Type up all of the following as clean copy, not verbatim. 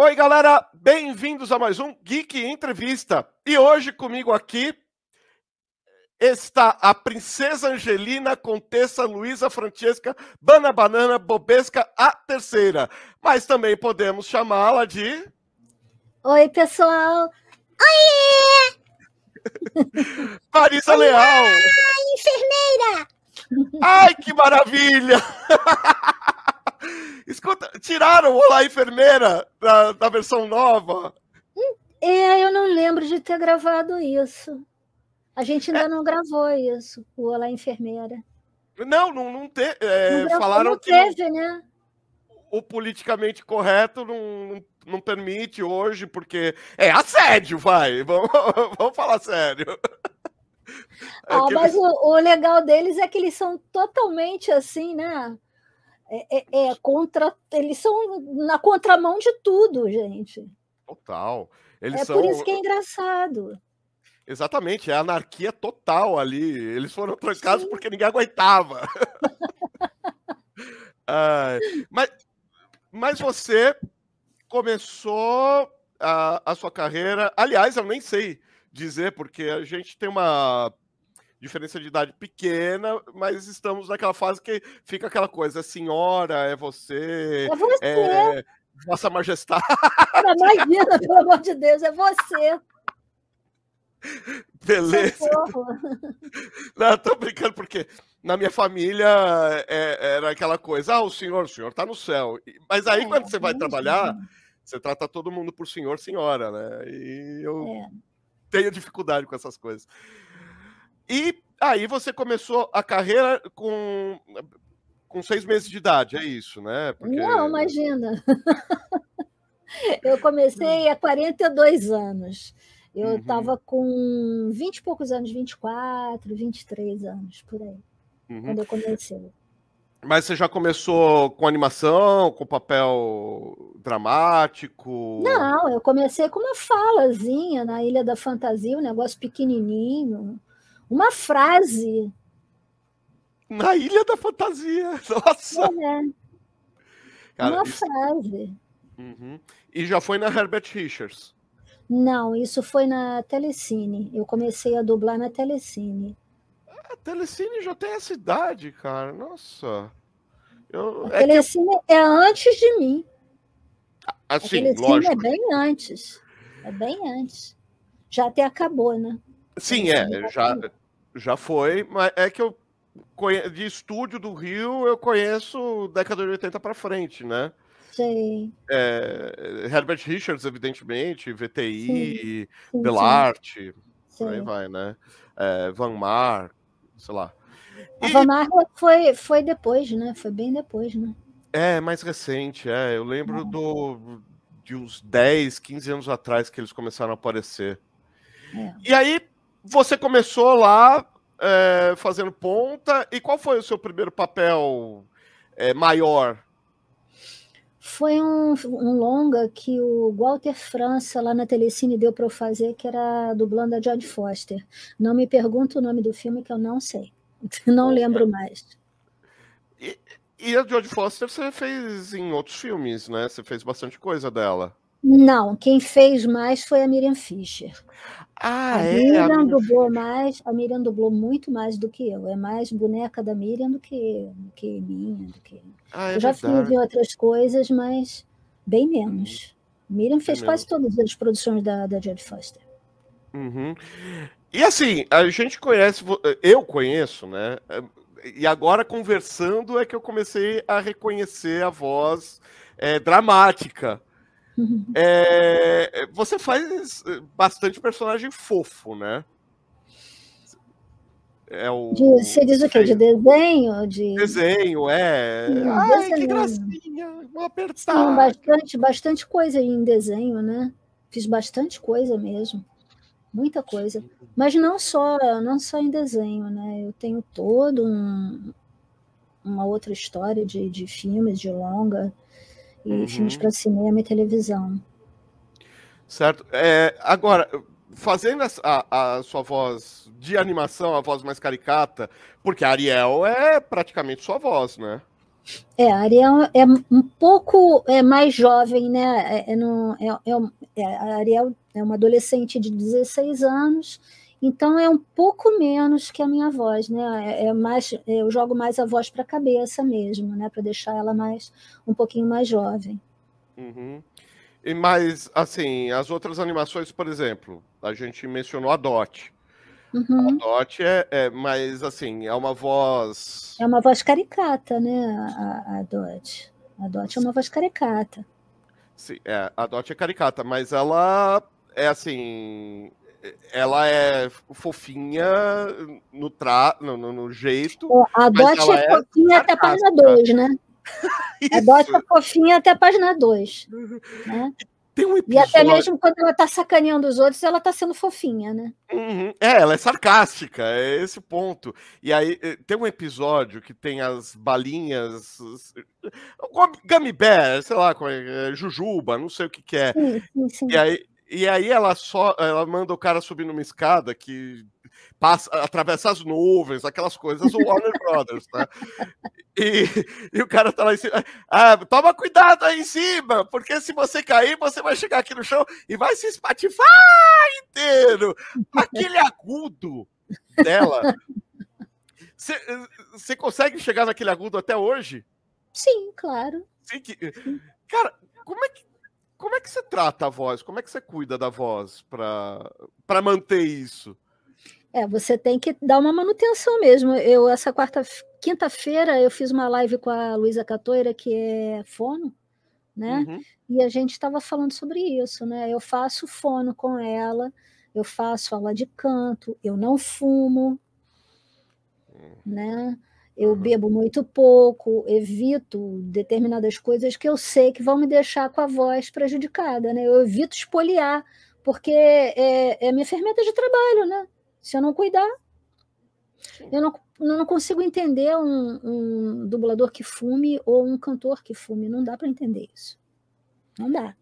Oi, galera, bem-vindos a mais um Geek Entrevista. E hoje comigo aqui está a Princesa Angelina Contessa Luísa Francesca Banana Bobesca a terceira. Mas também podemos chamá-la de... Oi, pessoal! Oiê! Marisa Leal! Enfermeira! Ai, que maravilha! Escuta, tiraram o Olá Enfermeira da versão nova? Eu não lembro de ter gravado isso. A gente ainda não gravou isso, o Olá Enfermeira. Não teve. Falaram não que teve, né? O politicamente correto não permite hoje, porque é assédio, vai. Vamos falar sério. Mas o legal deles é que eles são totalmente assim, né? Eles são na contramão de tudo, gente. Total. Eles por isso que é engraçado. Exatamente, é anarquia total ali. Eles foram trancados porque ninguém aguentava. Mas você começou a sua carreira... Aliás, eu nem sei dizer, porque a gente tem uma diferença de idade pequena, mas estamos naquela fase que fica aquela coisa, senhora, é você... É você! Vossa Majestade! Imagina, pelo amor de Deus, é você! Beleza. Não, tô brincando, porque na minha família era aquela coisa, o senhor tá no céu. Mas aí quando você vai trabalhar, você trata todo mundo por senhor, senhora, né? E eu tenho dificuldade com essas coisas. E aí você começou a carreira com 6 meses de idade, é isso, né? Porque... Não, imagina. Eu comecei há 42 anos. Eu estava com 20 e poucos anos, 24, 23 anos, por aí, quando eu comecei. Mas você já começou com animação, com papel dramático? Não, eu comecei com uma falazinha na Ilha da Fantasia, um negócio pequenininho, uma frase. Na Ilha da Fantasia, nossa! Cara, uma frase. E já foi na Herbert Richards? Não, isso foi na Telecine. Eu comecei a dublar na Telecine. A Telecine já tem essa idade, cara. Nossa. A Telecine é antes de mim. Assim, a Telecine lógico. É bem antes. É bem antes. Já até acabou, né? Sim, já foi, mas é que eu de estúdio do Rio eu conheço década de 80 para frente, né? Sei. Herbert Richards, evidentemente, VTI, Delarte, por aí vai, né? Van Maar, sei lá. A Van Maar foi depois, né? Foi bem depois, né? Mais recente, eu lembro de uns 10, 15 anos atrás que eles começaram a aparecer. E aí, você começou lá fazendo ponta, e qual foi o seu primeiro papel maior? Foi um longa que o Walter França, lá na Telecine, deu para eu fazer, que era dublando a Jodie Foster. Não me pergunta o nome do filme, que eu não sei. Não lembro mais. E a Jodie Foster você fez em outros filmes, né? Você fez bastante coisa dela. Não, quem fez mais foi a Miriam Fisher. A Miriam dublou muito mais do que eu. É mais boneca da Miriam do que minha. Eu já fiz em outras coisas, mas bem menos. Miriam fez quase todas as produções da Jodie Foster. E assim, a gente conhece, eu conheço, né? E agora, conversando, é que eu comecei a reconhecer a voz dramática. Você faz bastante personagem fofo, né? Você diz o quê? De desenho? Desenho, Ai, que gracinha! Vou apertar. Sim, bastante coisa em desenho, né? Fiz bastante coisa mesmo. Muita coisa. Mas não só em desenho, né? Eu tenho todo uma outra história de filmes, de longa, e filmes para cinema e televisão. Certo. Agora, fazendo a sua voz de animação, a voz mais caricata, porque a Ariel é praticamente sua voz, né? A Ariel é um pouco mais jovem, né? A Ariel é uma adolescente de 16 anos, então é um pouco menos que a minha voz, né? Eu jogo mais a voz para a cabeça mesmo, né? Para deixar ela um pouquinho mais jovem. Uhum. Mas, assim, as outras animações, por exemplo, a gente mencionou a Dot. Uhum. A Dot mas assim, é uma voz. É uma voz caricata, né? A Dot. A Dot é uma voz caricata. Sim, a Dot é caricata, mas ela é assim. Ela é fofinha no jeito, A mas Dot é ela é fofinha até a página sarcástica. 2, né? A Dot Isso. é fofinha até a página 2, né? Tem um E até episódio. mesmo quando ela está sacaneando os outros, ela está sendo fofinha, né? Uhum. Ela é sarcástica, é esse o ponto. E aí tem um episódio que tem as balinhas, Gummy Bear, sei lá, Jujuba, não sei o que que é. Sim, sim, E sim. aí, ela manda o cara subir numa escada que atravessa as nuvens, aquelas coisas, o Warner Brothers, né? E, e o cara tá lá em cima. Ah, toma cuidado aí em cima, porque se você cair, você vai chegar aqui no chão e vai se espatifar inteiro. Aquele agudo dela. Você consegue chegar naquele agudo até hoje? Sim, claro. Sim, cara, como é que você trata a voz? Como é que você cuida da voz para manter isso? Você tem que dar uma manutenção mesmo. Essa quinta-feira, eu fiz uma live com a Luísa Catoira, que é fono, né? Uhum. E a gente estava falando sobre isso, né? Eu faço fono com ela, eu faço aula de canto, eu não fumo, né? Eu Uhum. bebo muito pouco, evito determinadas coisas que eu sei que vão me deixar com a voz prejudicada, né? Eu evito espoliar, porque é minha ferramenta de trabalho, né? Se eu não cuidar, Sim. eu não consigo entender um dublador que fume ou um cantor que fume. Não dá para entender isso. Não dá.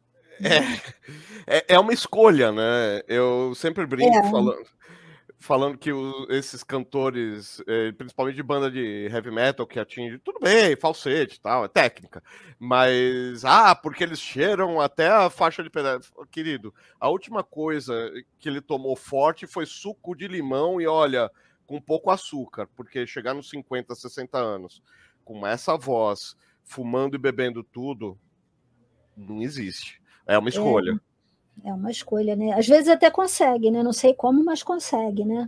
É uma escolha, né? Eu sempre brinco É, falando que esses cantores, principalmente de banda de heavy metal, que atinge, tudo bem, falsete e tal, é técnica, mas, porque eles cheiram até a faixa de pedestre. Querido, a última coisa que ele tomou forte foi suco de limão e, olha, com pouco açúcar, porque chegar nos 50, 60 anos, com essa voz, fumando e bebendo tudo, não existe. É uma escolha. é uma escolha, né? Às vezes até consegue, né? Não sei como, mas consegue, né?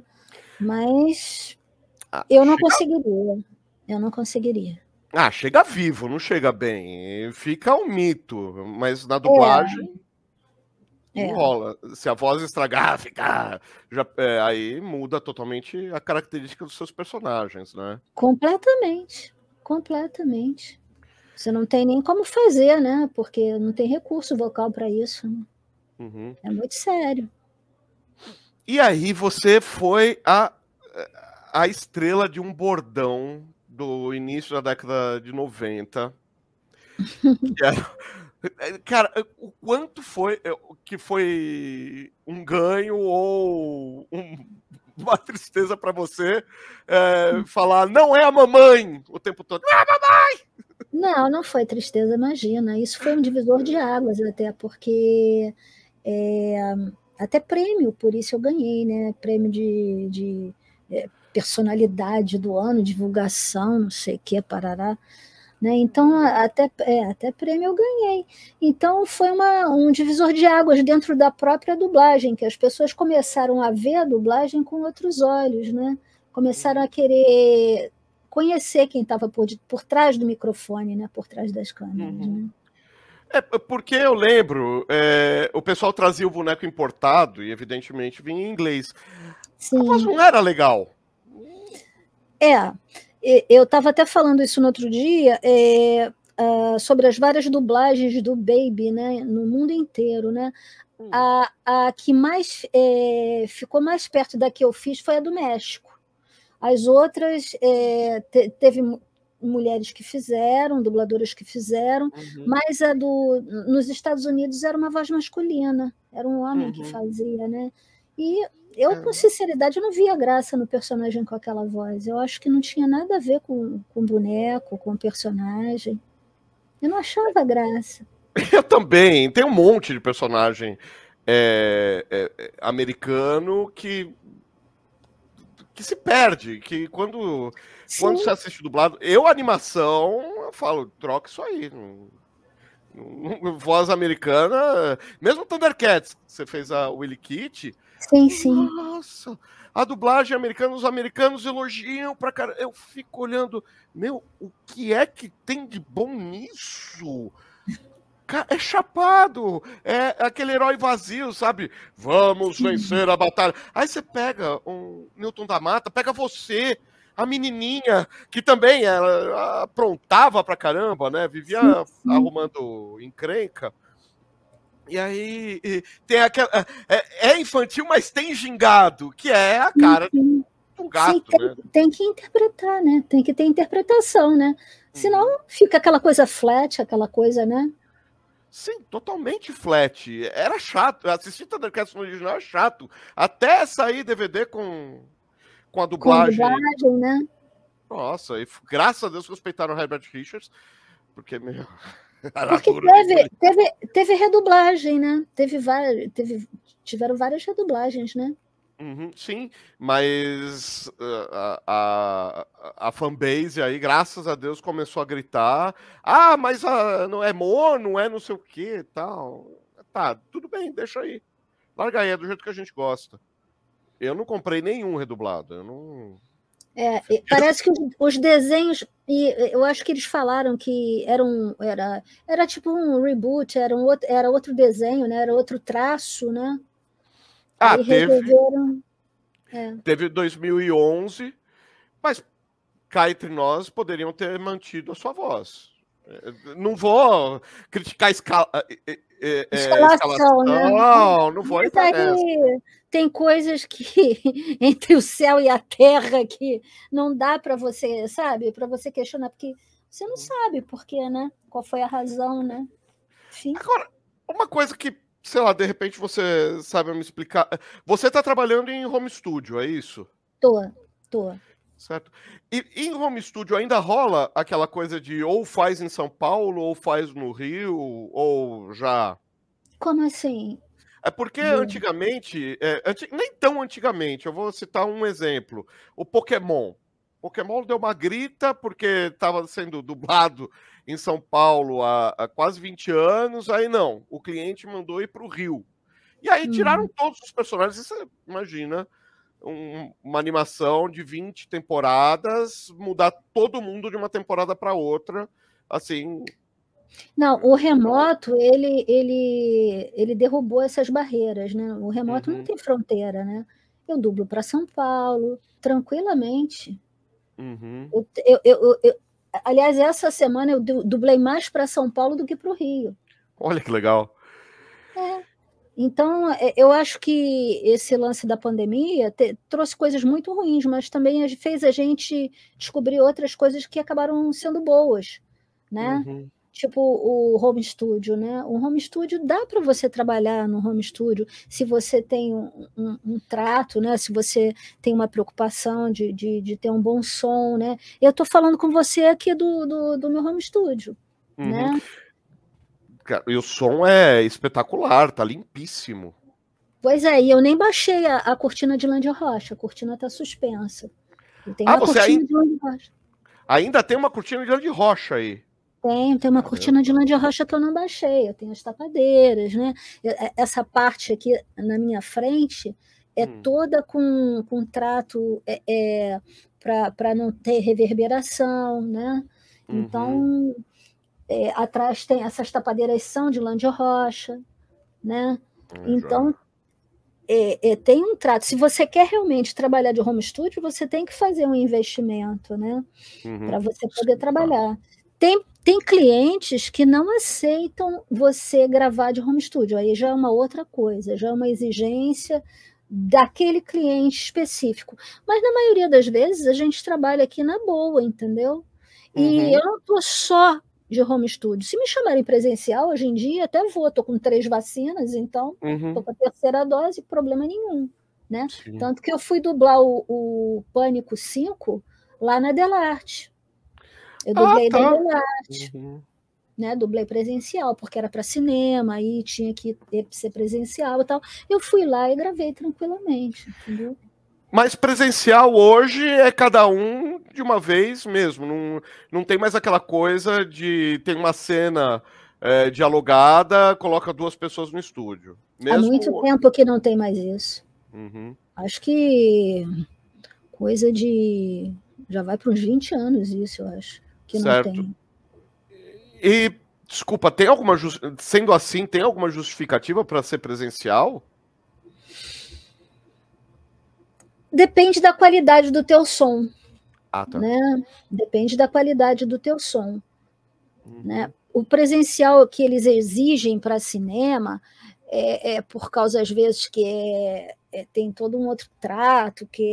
Mas eu não Chega, conseguiria. Eu não conseguiria. chega vivo, não chega bem. Fica um mito, mas na É, dublagem não é. rola. Se a voz estragar, ficar. Aí muda totalmente a característica dos seus personagens, né? Completamente. Completamente. Você não tem nem como fazer, né? Porque não tem recurso vocal para isso, né? Uhum. É muito sério. E aí você foi a estrela de um bordão do início da década de 90. Que era, cara, o quanto foi que foi um ganho ou uma tristeza para você falar não é a mamãe o tempo todo. Não, não foi tristeza, imagina. Isso foi um divisor de águas, até porque é, até prêmio, por isso eu ganhei, né? Prêmio de personalidade do ano, divulgação, não sei o que, parará. Né? Então, até prêmio eu ganhei. Então, foi um divisor de águas dentro da própria dublagem, que as pessoas começaram a ver a dublagem com outros olhos, né? Começaram a querer conhecer quem estava por trás do microfone, né? Por trás das câmeras. Uhum. Né? Porque eu lembro, o pessoal trazia o boneco importado e evidentemente vinha em inglês. A voz Sim, não era legal. é. Eu estava até falando isso no outro dia, sobre as várias dublagens do Baby, né? No mundo inteiro, né? A que mais ficou mais perto da que eu fiz foi a do México. As outras, teve mulheres que fizeram, dubladoras que fizeram, Uhum. mas nos Estados Unidos era uma voz masculina, era um homem que Uhum. fazia, né? E eu, com sinceridade, não via graça no personagem com aquela voz. Eu acho que não tinha nada a ver com o boneco, com o personagem. Eu não achava graça. Eu também. Tem um monte de personagem americano que se perde, que quando você assiste dublado, a animação, eu falo, troca isso aí. Voz americana, mesmo Thundercats, você fez a Willy Kitty. Sim. Nossa, a dublagem americana, os americanos elogiam pra cara. Eu fico olhando, o que é que tem de bom nisso? É chapado, é aquele herói vazio, sabe? Vamos vencer a batalha. Aí você pega um Newton da Mata, pega você, a menininha, que também ela aprontava pra caramba, né? Vivia arrumando encrenca. E aí tem aquela. É infantil, mas tem gingado, que é a cara do gato, né? Tem que interpretar, né? Tem que ter interpretação, né? Senão fica aquela coisa flat, aquela coisa, né? Sim, totalmente flat. Era chato. Assistir Thundercats no original é chato. Até sair DVD com a dublagem. Com a dublagem, né? Nossa, e graças a Deus respeitaram o Herbert Richards, porque, porque teve redublagem, né? Tiveram várias redublagens, né? Sim, mas a fanbase aí, graças a Deus, começou a gritar: mas não é não é não sei o que tal. Tá, tudo bem, deixa aí. Larga aí, é do jeito que a gente gosta. Eu não comprei nenhum redublado. Eu não. Parece que os desenhos, e eu acho que eles falaram que era tipo um reboot, era outro desenho, né? Era outro traço, né? Aí resolveram. Teve 2011, mas cá entre nós poderiam ter mantido a sua voz. Não vou criticar escalação, né? Não vou entrar nessa. Tem coisas que entre o céu e a terra que não dá para você, sabe? Para você questionar, porque você não sabe por quê, né? Qual foi a razão, né? Enfim. Agora, uma coisa que, sei lá, de repente você sabe me explicar. Você está trabalhando em home studio, é isso? Tô. Certo. E em home studio ainda rola aquela coisa de ou faz em São Paulo, ou faz no Rio, ou já... Como assim? É porque antigamente, nem tão antigamente, eu vou citar um exemplo. O Pokémon. O Pokémon deu uma grita porque estava sendo dublado em São Paulo há quase 20 anos, aí não, o cliente mandou ir para o Rio. E aí tiraram todos os personagens, você imagina, uma animação de 20 temporadas, mudar todo mundo de uma temporada para outra, assim... Não, o remoto, ele derrubou essas barreiras, né? O remoto não tem fronteira, né? Eu dublo para São Paulo, tranquilamente. Aliás, essa semana eu dublei mais para São Paulo do que para o Rio. Olha que legal. Então, eu acho que esse lance da pandemia trouxe coisas muito ruins, mas também fez a gente descobrir outras coisas que acabaram sendo boas, né? Tipo o home studio, né? O home studio dá para você trabalhar no home studio se você tem um trato, né? Se você tem uma preocupação de ter um bom som, né? Eu estou falando com você aqui do meu home studio, né? E o som é espetacular, tá limpíssimo. Pois é, e eu nem baixei a cortina de Lândia Rocha, a cortina está suspensa. De Rocha. Ainda tem uma cortina de Lândia Rocha aí. Tem uma cortina de Lândia Rocha que eu não baixei, eu tenho as tapadeiras, né? Essa parte aqui na minha frente é toda com trato para não ter reverberação, né? Então, atrás tem essas tapadeiras são de Lândia Rocha, né? Então, tem um trato. Se você quer realmente trabalhar de home studio, você tem que fazer um investimento, né? Para você poder trabalhar. Tem clientes que não aceitam você gravar de home studio, aí já é uma outra coisa, já é uma exigência daquele cliente específico. Mas na maioria das vezes a gente trabalha aqui na boa, entendeu? E eu não estou só de home studio. Se me chamarem presencial, hoje em dia até vou, estou com 3 vacinas, então estou com a terceira dose, problema nenhum. né? Sim. Tanto que eu fui dublar o Pânico 5 lá na Delarte. Eu Ah, dublei da tá. Delarte, Uhum. né? Dublei presencial, porque era para cinema, aí tinha que ser presencial e tal. Eu fui lá e gravei tranquilamente, entendeu? Mas presencial hoje é cada um de uma vez mesmo. Não tem mais aquela coisa de ter uma cena dialogada, coloca duas pessoas no estúdio. Há muito Mesmo. tempo que não tem mais isso. Uhum. Acho que coisa de. Já vai para uns 20 anos isso, eu acho, que não Certo. tem. E, desculpa, sendo assim, tem alguma justificativa para ser presencial? Depende da qualidade do teu som, Ah, tá. né? Depende da qualidade do teu som, né? Uhum. O presencial que eles exigem para cinema é por causa, às vezes, que tem todo um outro trato, que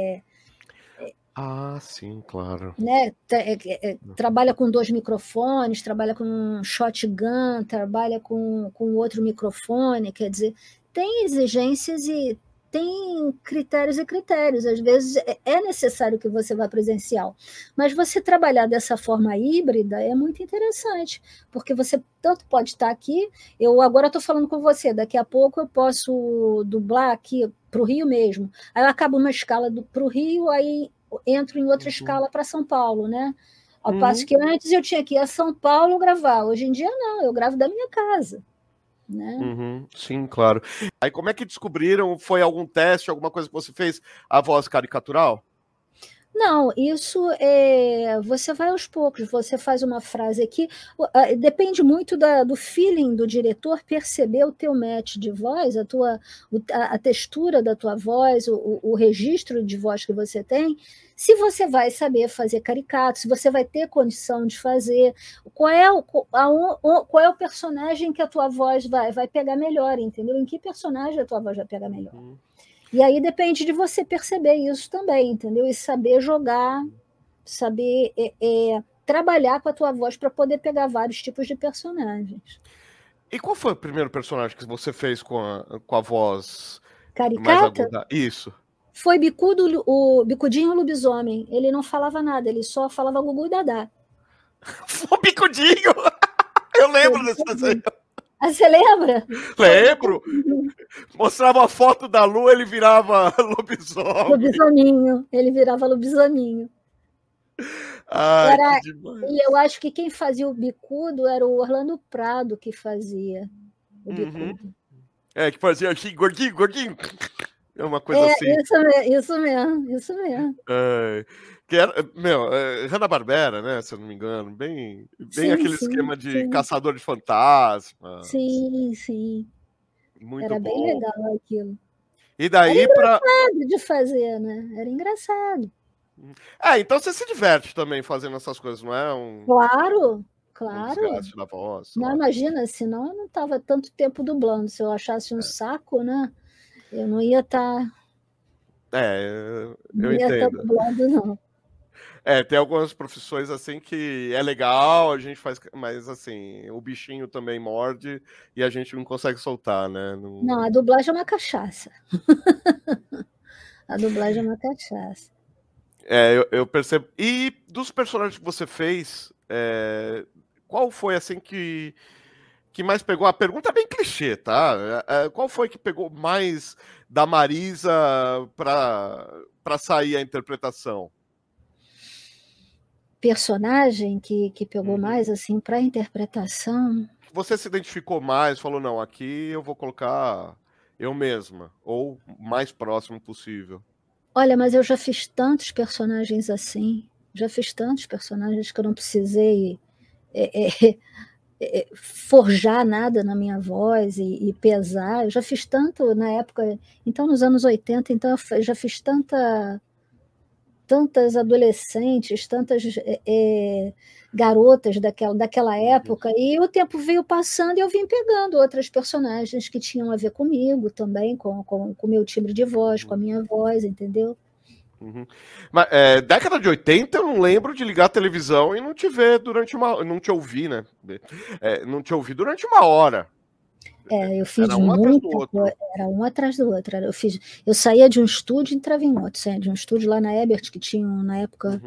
Ah, sim, claro. né, trabalha com 2 microfones, trabalha com um shotgun, trabalha com outro microfone, quer dizer, tem exigências e tem critérios e critérios. Às vezes é necessário que você vá presencial, mas você trabalhar dessa forma híbrida é muito interessante, porque você tanto pode estar aqui, eu agora estou falando com você, daqui a pouco eu posso dublar aqui para o Rio mesmo, aí eu acabo uma escala para o Rio, aí entro em outra Uhum. escala para São Paulo, né? Ao passo Uhum. que antes eu tinha que ir a São Paulo gravar. Hoje em dia não, eu gravo da minha casa, né? Uhum. Sim, claro. Aí como é que descobriram? Foi algum teste, alguma coisa que você fez a voz caricatural? Não, isso você vai aos poucos, você faz uma frase aqui, depende muito do feeling do diretor perceber o teu match de voz, a textura da tua voz, o registro de voz que você tem, se você vai saber fazer caricato, se você vai ter condição de fazer, qual é o personagem que a tua voz vai pegar melhor, entendeu? Em que personagem a tua voz vai pegar melhor? Uhum. E aí depende de você perceber isso também, entendeu? E saber jogar, saber trabalhar com a tua voz para poder pegar vários tipos de personagens. E qual foi o primeiro personagem que você fez com a voz mais Caricata aguda? Isso. foi Bicudo, o Bicudinho Lobisomem. Ele não falava nada, ele só falava Gugu e Dadá. Foi o Bicudinho! Eu Foi lembro desse desenho. Bicudinho. Ah, você lembra? Foi Lembro. Bicudinho. Mostrava a foto da lua, ele virava lobisomem. Lobisominho. Ele virava lobisominho. Ai, que Era, e demais. eu acho que quem fazia o bicudo era o Orlando Prado que fazia o Uhum. bicudo. Que fazia assim, gordinho, gordinho. É uma coisa assim. Isso mesmo, isso mesmo. Que era, meu, Hanna-Barbera, né? Se eu não me engano. Bem Sim, aquele sim, esquema de sim. caçador de fantasmas. Sim, sim. Muito Era bem bom. legal aquilo. E Era daí pra. engraçado de fazer, né? Era engraçado. Então você se diverte também fazendo essas coisas, não é Claro, um claro. desgaste da voz, sei Não, lá. imagina, senão eu não estava tanto tempo dublando. Se eu achasse um saco, né? Eu não ia estar Eu não ia estar entendo. dublando, não. Tem algumas profissões assim que é legal, a gente faz, mas assim, o bichinho também morde e a gente não consegue soltar, né? Não, a dublagem é uma cachaça. A dublagem é uma cachaça. Eu percebo. E dos personagens que você fez, qual foi assim que mais pegou? A pergunta é bem clichê, tá? Qual foi que pegou mais da Marisa para sair a interpretação? Personagem que pegou Uhum. mais, assim, para interpretação. Você se identificou mais, falou, não, aqui eu vou colocar eu mesma, ou o mais próximo possível. Olha, mas eu já fiz tantos personagens assim, já fiz tantos personagens que eu não precisei forjar nada na minha voz e pesar. Eu já fiz tanto na época, então nos anos 80, então eu já fiz tantas adolescentes, tantas garotas daquela Uhum, época, e o tempo veio passando e eu vim pegando outras personagens que tinham a ver comigo também, com o meu timbre de voz, com a uhum, minha voz, entendeu? uhum. Mas década de 80 eu não lembro de ligar a televisão e não te ver durante não te ouvir, né? Não te ouvir durante uma hora. Eu fiz Era um atrás do muita coisa, outro. era um atrás do outro. Eu saía de um estúdio e entrava em outro, saía de um estúdio lá na Ebert, que tinham, na época,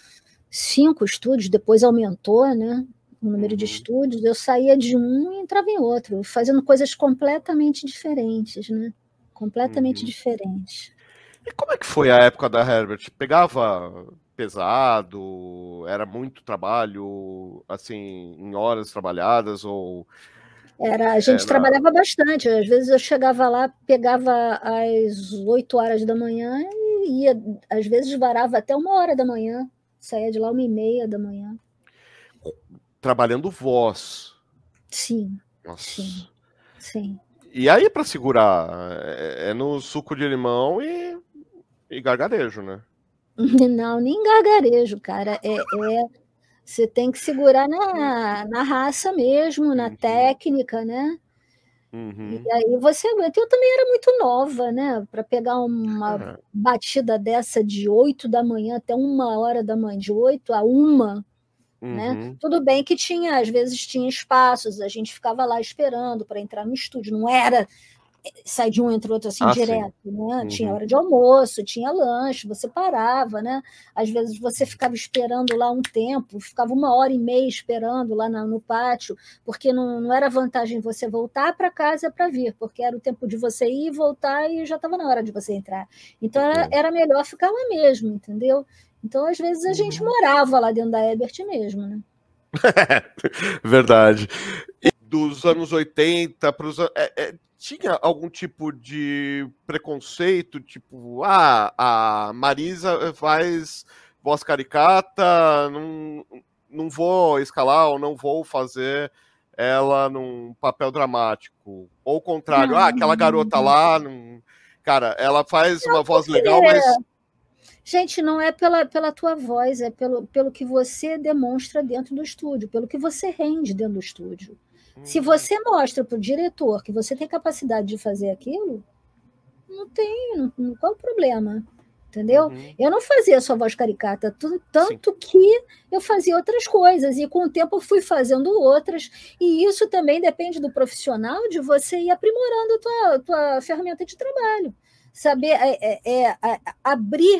5 estúdios, depois aumentou, né, o número de estúdios, eu saía de um e entrava em outro, fazendo coisas completamente diferentes, né? Completamente diferentes. E como é que foi a época da Herbert? Pegava pesado? Era muito trabalho, assim, em horas trabalhadas? Ou A gente era. trabalhava bastante, às vezes eu chegava lá, pegava às 8 horas da manhã e ia, às vezes varava até 1 hora da manhã, saía de lá 1h30 da manhã. Trabalhando voz? Sim, sim, Nossa. sim. E aí, para segurar, é no suco de limão e gargarejo, né? Não, nem gargarejo, cara. Você tem que segurar na raça mesmo, na técnica, né? E Uhum. aí você aguenta. Eu também era muito nova, né? Para pegar uma É. batida dessa de 8 da manhã até 1 hora da manhã, de 8 a 1, né? Uhum. Tudo bem que tinha, às vezes tinha espaços, a gente ficava lá esperando para entrar no estúdio, não era sai de um entre o outro assim Ah, sim. direto, né? Tinha Uhum. hora de almoço, tinha lanche, você parava, né? Às vezes você ficava esperando lá um tempo, ficava 1 hora e meia esperando lá no pátio, porque não era vantagem você voltar para casa para vir, porque era o tempo de você ir e voltar e já estava na hora de você entrar. Então era melhor ficar lá mesmo, entendeu? Então, às vezes, a gente morava lá dentro da Ebert mesmo, né? Verdade. E dos anos 80 para os tinha algum tipo de preconceito, tipo, a Marisa faz voz caricata, não vou escalar ou não vou fazer ela num papel dramático. Ou o contrário, Não, aquela garota lá, cara, ela faz uma voz porque legal, mas. gente, não é pela tua voz, é pelo que você demonstra dentro do estúdio, pelo que você rende dentro do estúdio. Se você mostra para o diretor que você tem capacidade de fazer aquilo, não tem, qual o problema? Entendeu? Eu não fazia só voz caricata, tanto que eu fazia outras coisas, e com o tempo eu fui fazendo outras, e isso também depende do profissional, de você ir aprimorando a tua ferramenta de trabalho. Saber abrir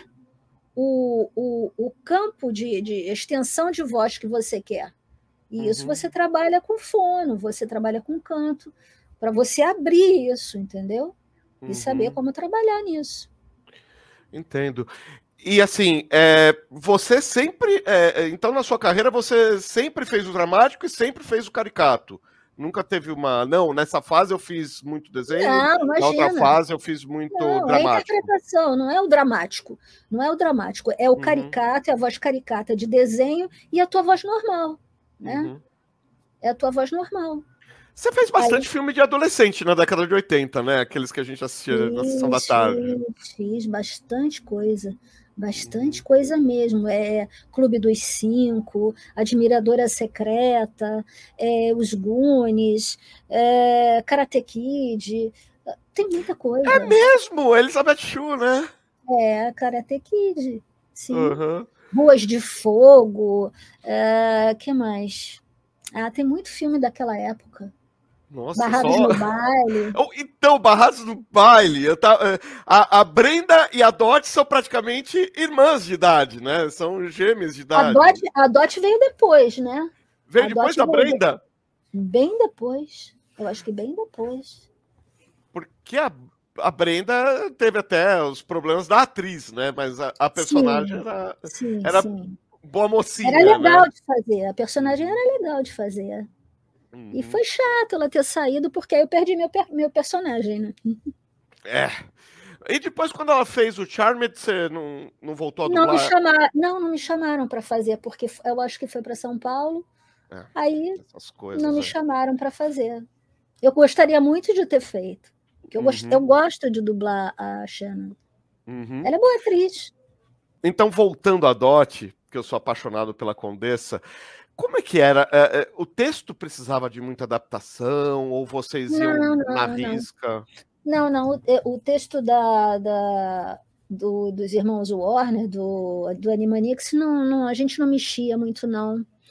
o campo de extensão de voz que você quer. E isso você trabalha com fono, você trabalha com canto, para você abrir isso, entendeu? E saber como trabalhar nisso. Entendo. E assim, você sempre. Então, na sua carreira, você sempre fez o dramático e sempre fez o caricato. Nunca teve uma. Não, nessa fase eu fiz muito desenho, Não, na outra imagina. fase eu fiz muito Não, é a dramático. interpretação, não é o dramático. Não é o dramático, é o Uhum, caricato, é a voz caricata de desenho e a tua voz normal, né? uhum. É a tua voz normal. Você fez Aí bastante filme de adolescente na década de 80, né? Aqueles que a gente assistia na sessão da tarde. fiz bastante coisa mesmo. Clube dos Cinco, Admiradora Secreta, Os Goonies, Karate Kid, tem muita É coisa. mesmo, Elizabeth Shue, né? Karate Kid, sim. Uhum. Ruas de Fogo, que mais? Tem muito filme daquela época. Nossa, Barrados só. no Baile. Então, Barrados do Baile. A Brenda e a Dot são praticamente irmãs de idade, né? São gêmeas de idade. A Dot veio depois, né? Veio A depois Dot da veio Brenda, bem depois. Eu acho que bem depois. porque a Brenda teve até os problemas da atriz, né? Mas a personagem Sim, sim, era sim. boa Era mocinha, né? legal de fazer. A personagem Uhum, era legal de fazer. E uhum. foi chato ela ter saído, porque aí eu perdi meu personagem, né? É. E depois, quando ela fez o Charmed, você não voltou a dublar? Não me chamaram para fazer, porque eu acho que foi para São Paulo. É, Aí essas não coisas, me chamaram para fazer. Eu gostaria muito de ter feito. Eu Uhum, gosto de dublar a Shannon. uhum. Ela é boa atriz. Então, voltando a Dot, que eu sou apaixonado pela Condessa, como é que era? O texto precisava de muita adaptação ou vocês Não, iam na não, não. risca? Não. O texto dos irmãos Warner, do Animaniacs, a gente não mexia muito, não.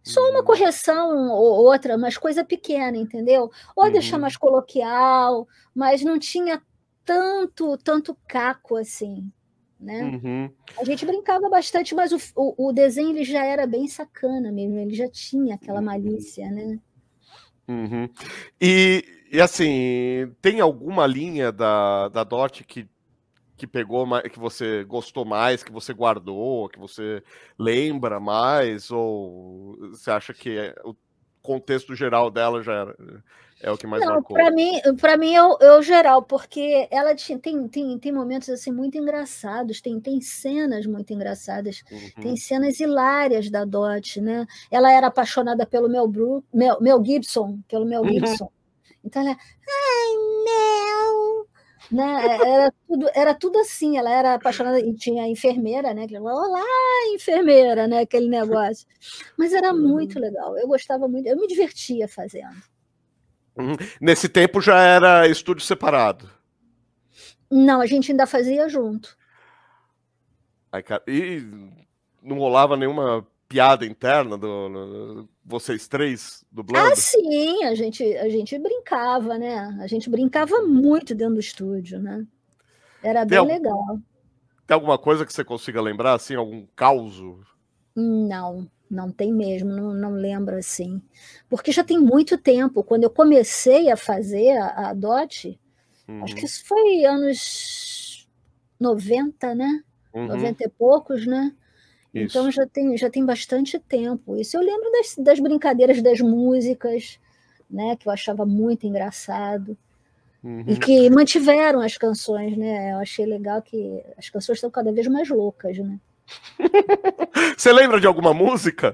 Só uma correção ou outra, mas coisa pequena, entendeu? Ou deixar mais coloquial, mas não tinha tanto caco assim, né? Uhum. A gente brincava bastante, mas o desenho ele já era bem sacana mesmo, ele já tinha aquela malícia, né? Uhum. E assim, tem alguma linha da Dot que pegou mais, que você gostou mais, que você guardou, que você lembra mais, ou você acha que o contexto geral dela é o que mais Não, marcou? para mim é o geral, porque ela tem momentos assim muito engraçados, tem cenas muito engraçadas, tem Uhum. cenas hilárias da Dot, né? Ela era apaixonada pelo Mel Gibson, pelo Mel Gibson. Então ela, ai, Mel, né? Era tudo assim, ela era apaixonada e tinha a enfermeira, né? Olá, enfermeira, né? Aquele negócio. Mas era muito legal, eu gostava muito, eu me divertia fazendo. Nesse tempo já era estúdio separado. Não, a gente ainda fazia junto. Aí, cara, e não rolava nenhuma piada interna vocês três Ah, dublando? sim, a gente brincava, né? A gente brincava muito dentro do estúdio, né? Era Tem, bem legal. tem alguma coisa que você consiga lembrar, assim, algum causo? Não, não tem mesmo, não lembro assim. Porque já tem muito tempo. Quando eu comecei a fazer a DOT, acho que Uhum. isso foi anos 90, né? Uhum. 90 e poucos, né? Então Isso. já tem bastante tempo. Isso eu lembro das brincadeiras das músicas, né? Que eu achava muito engraçado. E Uhum. que mantiveram as canções, né? Eu achei legal que as canções estão cada vez mais loucas, né? Você lembra de alguma música?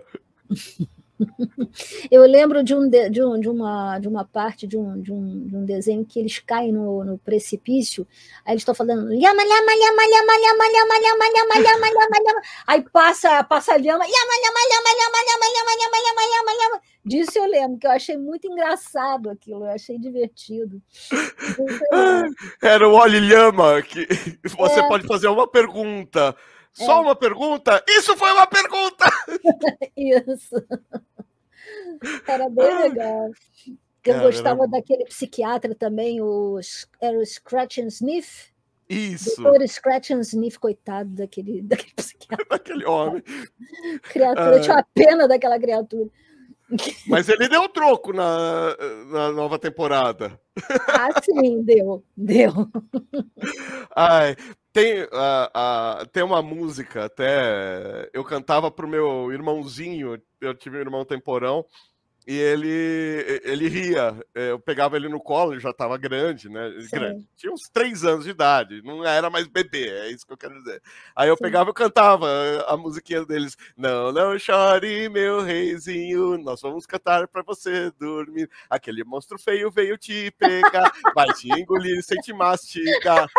Eu lembro de uma parte de um desenho que eles caem no precipício, aí eles estão falando lhama, lhama, lhama, lhama, lhama, lhama, lhama, lhama, lhama, lhama, lhama. Aí passa a lhama, lhama, lhama, lhama, lhama, lhama, lhama, lhama, lhama, lhama, lhama. Disso eu lembro, que eu achei muito engraçado aquilo, eu achei divertido. Disso eu lembro. Era o Olhe Lhama, que você É, pode fazer uma pergunta. Só é, uma pergunta? Isso foi uma pergunta! isso. Era bem legal. Eu Cara, era gostava daquele psiquiatra também, era o Scratch and Sniff. isso, Doutor Scratch and Sniff, coitado daquele psiquiatra. daquele homem. Criatura, eu tinha Ah, uma pena daquela criatura. mas ele deu troco na nova temporada. Ah, sim, deu. Ai, tem uma música até. Eu cantava pro meu irmãozinho, eu tive um irmão temporão, e ele ria. Eu pegava ele no colo, ele já estava grande, né? Grande. Sim, Tinha uns 3 anos de idade, não era mais bebê, é isso que eu quero dizer. Aí eu sim. pegava e cantava a musiquinha deles. Não, não chore, meu reizinho, nós vamos cantar pra você dormir. Aquele monstro feio veio te pegar, vai te engolir sem te mastigar.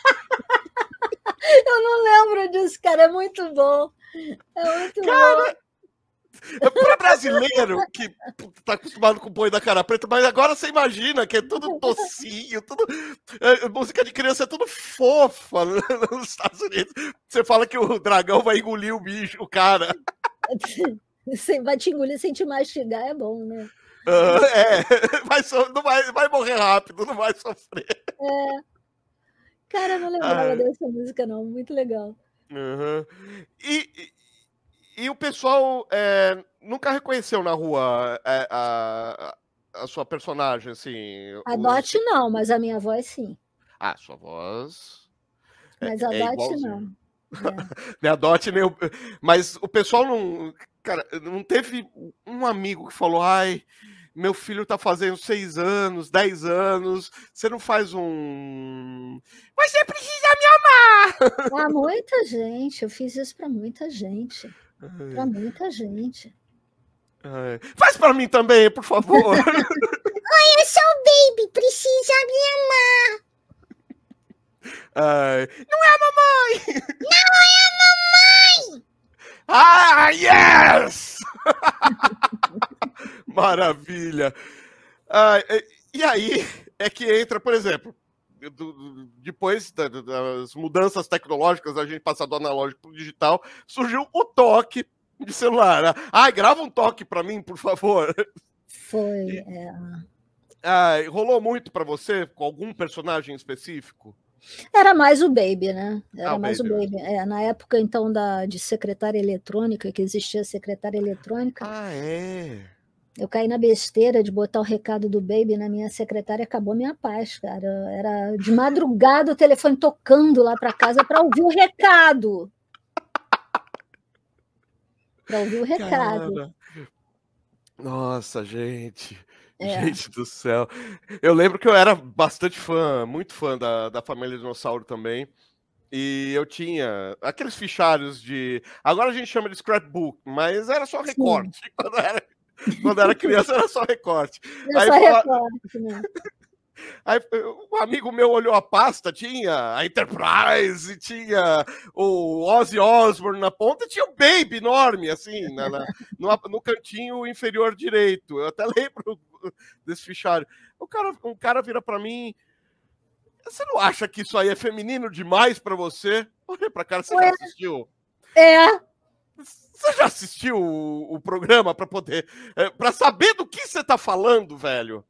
Eu não lembro disso, cara, é muito bom. É muito bom. Para brasileiro que tá acostumado com o boi da cara preta, mas agora você imagina que é tudo docinho, tudo. Música de criança é tudo fofa nos Estados Unidos. Você fala que o dragão vai engolir o bicho, o cara. Você vai te engolir sem te mastigar, é bom, né? Não vai morrer rápido, não vai sofrer. É, cara, eu não lembrava Ai, dessa música, não. Muito legal. uhum. E o pessoal nunca reconheceu na rua a sua personagem, assim, A Dot não, mas a minha voz sim. Ah, sua voz Mas a é Dot igualzinho. não. É. Nem a Dot, nem o... Mas o pessoal não... Cara, não teve um amigo que falou, ai, meu filho tá fazendo 6 anos, 10 anos, você não faz um... Você precisa me Ah, muita gente, eu fiz isso para muita gente. Para amar! muita gente. Faz pra mim também, por favor. Eu sou o Baby, precisa me amar. Não é a mamãe! Ah, yes! Maravilha! E aí é que entra, por exemplo, depois das mudanças tecnológicas, a gente passar do analógico para o digital, surgiu o toque, de celular. Ai, grava um toque pra mim, por favor. Foi, Rolou muito pra você com algum personagem específico? Era mais o Baby, né, Ah, era o mais o Baby mesmo. Baby. Na época então de secretária eletrônica, que existia secretária eletrônica, Ah, é? eu caí na besteira de botar o recado do Baby na minha secretária, acabou minha paz, cara. Era de madrugada o telefone tocando lá para casa para ouvir o recado. Para ouvir o recado. Cara, nossa, gente. É, Gente do céu. Eu lembro que eu era bastante fã, muito fã da família Dinossauro também. E eu tinha aqueles fichários de. Agora a gente chama de scrapbook, mas era só sim. recorte. Quando era criança era só recorte. Eu Aí, só recorte, né. aí um amigo meu olhou a pasta, tinha a Enterprise, tinha o Ozzy Osbourne na ponta, e tinha o Baby enorme, assim, no cantinho inferior direito. Eu até lembro desse fichário. Um cara vira pra mim. Você não acha que isso aí é feminino demais pra você? Olha pra cara, você já Ué, assistiu? é. Você já assistiu o programa pra poder. Pra saber do que você tá falando, velho?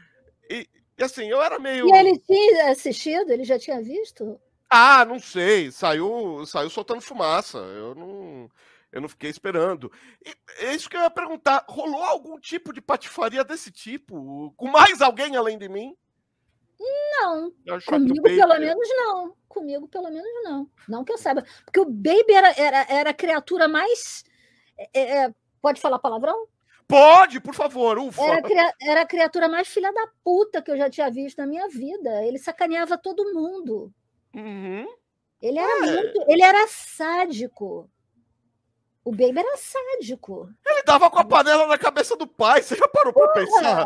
E assim, eu era E ele meio. tinha assistido? Ele já tinha visto? Ah, não sei. Saiu soltando fumaça. Eu não fiquei esperando. E é isso que eu ia perguntar. Rolou algum tipo de patifaria desse tipo? Com mais alguém além de mim? Não, Eu achar que o comigo Baby. pelo menos não. Comigo pelo menos não. Não que eu saiba. Porque o Baby era a criatura mais. Pode falar palavrão? Pode, por favor, ufa. Era a criatura mais filha da puta que eu já tinha visto na minha vida. Ele sacaneava todo mundo. Uhum. Ele era sádico. O Baby era sádico. Ele dava com a panela na cabeça do pai. Você já parou pra pensar?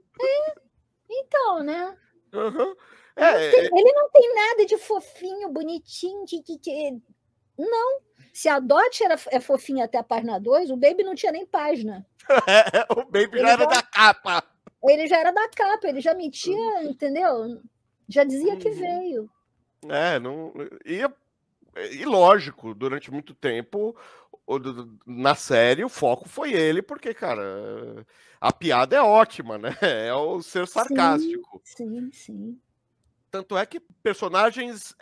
Então, né? Uhum. É, Ele não tem nada de fofinho, bonitinho, não. Se a Dot é fofinha até a página 2, o Baby não tinha nem página. o Baby já era da capa. Ele já era da capa, ele já metia, entendeu? Já dizia que veio. Não. E lógico, durante muito tempo, na série, o foco foi ele, porque, cara, a piada é ótima, né? É o ser Sim, sarcástico. sim, sim. Tanto é que personagens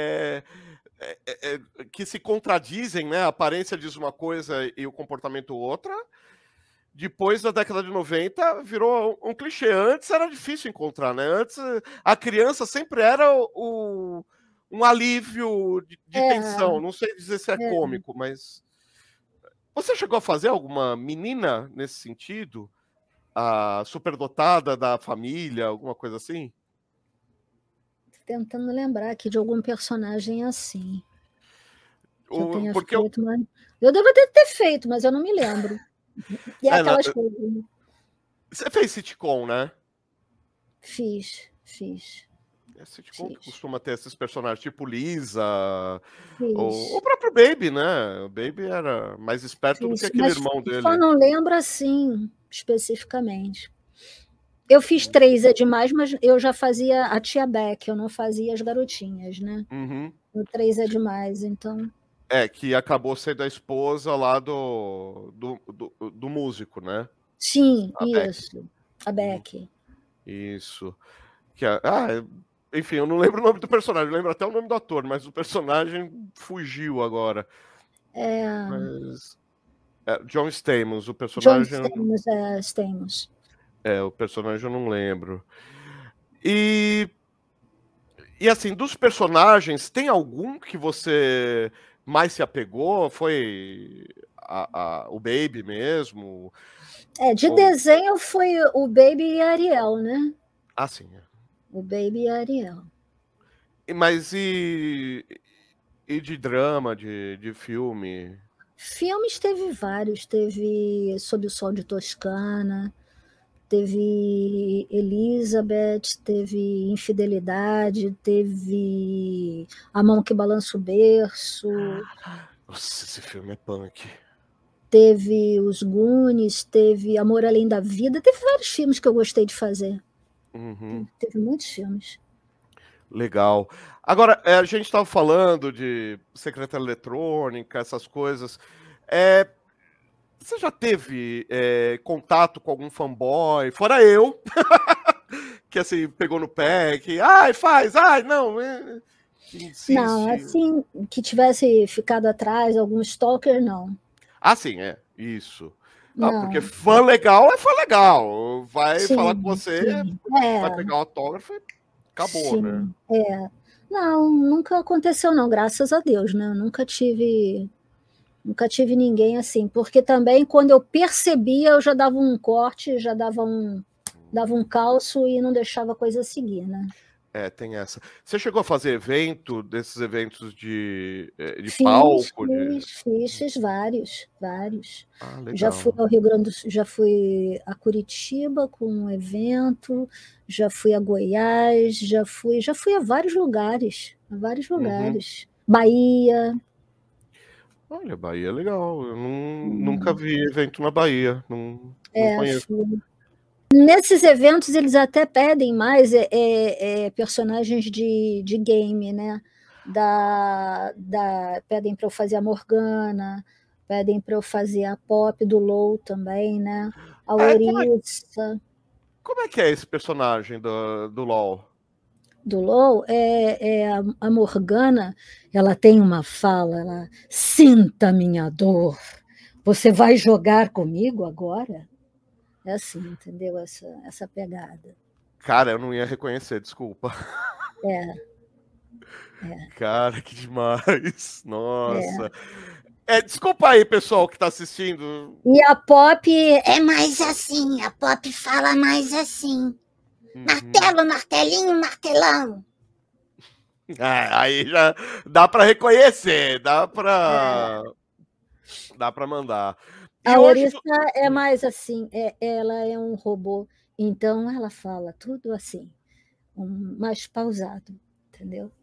que se contradizem, né? A aparência diz uma coisa e o comportamento outra. Depois da década de 90, virou um clichê. Antes era difícil encontrar, né? Antes a criança sempre era um alívio de tensão. Não sei dizer se é cômico, mas. Você chegou a fazer alguma menina nesse sentido? A superdotada da família, alguma coisa assim? Tentando lembrar aqui de algum personagem assim. Que eu tenha Porque eu. feito, mas. Eu devo ter feito, mas eu não me lembro. E é aquelas coisas. Você fez sitcom, né? Fiz. É sitcom que costuma ter esses personagens, tipo Lisa, o Fiz. próprio Baby, né? O Baby era mais esperto do que aquele Mas irmão só dele. não lembro assim, especificamente. Eu fiz 3 é demais, mas eu já fazia a tia Beck, eu não fazia as garotinhas, né? Uhum. O 3 é demais, então. Que acabou sendo a esposa lá do músico, né? Sim, A Beck. isso. A Beck. Isso. Enfim, eu não lembro o nome do personagem, eu lembro até o nome do ator, mas o personagem fugiu agora. Mas. John Stamos, o John personagem. Stamos. O personagem eu não lembro. E assim, dos personagens, tem algum que você mais se apegou? Foi o Baby mesmo? De Ou... desenho foi o Baby e a Ariel, né? Ah, sim. O Baby e a Ariel. Mas e de drama, de filme? Filmes teve vários. Teve Sob o Sol de Toscana, teve Elizabeth, teve Infidelidade, teve A Mão que Balança o Berço, Nossa, esse filme é punk. teve Os Goonies, teve Amor Além da Vida, teve vários filmes que eu gostei de fazer. Uhum. Teve muitos filmes. Legal. Agora, a gente estava falando de secretária eletrônica, essas coisas. É, Você já teve contato com algum fanboy? Fora eu, que assim, pegou no pé, que, ai, faz, ai, não, que Não, insiste. assim, que tivesse ficado atrás, algum stalker, não. Ah, sim, isso. Ah, porque Não, fã legal é fã legal. Vai falar com sim, você, sim. vai É, pegar o autógrafo e acabou, né? sim, é. Não, nunca aconteceu, não, graças a Deus, né? Eu nunca tive ninguém assim, porque também quando eu percebia, eu já dava um corte, já dava um calço e não deixava a coisa seguir, né? Tem essa. Você chegou a fazer evento, desses eventos de Fiz, palco? De... fiz vários, vários. Ah, Já fui legal. ao Rio Grande do Sul, já fui a Curitiba com um evento, já fui a Goiás, já fui a vários Uhum. lugares. Bahia. Olha, Bahia é legal. Eu nunca Hum, vi evento na Bahia. Não conheço. fui. Nesses eventos eles até pedem mais personagens de game, né? Pedem para eu fazer a Morgana, pedem para eu fazer a Pop do LoL também, né? A É, Orisa como é que é esse personagem do LoL? do LoL, a Morgana, ela tem uma fala, ela, sinta minha dor, você vai jogar comigo agora? É assim, entendeu? Essa pegada. Cara, eu não ia reconhecer, desculpa. É, é, Cara, que demais. é. Nossa. Desculpa aí, pessoal que tá assistindo. E a Pop é mais assim, a Pop fala mais assim. Uhum. Martelo, martelinho, martelão. Aí já dá pra reconhecer, É, dá pra mandar. E a hoje. Orisa é mais assim, ela é um robô, então ela fala tudo assim, mais pausado, entendeu?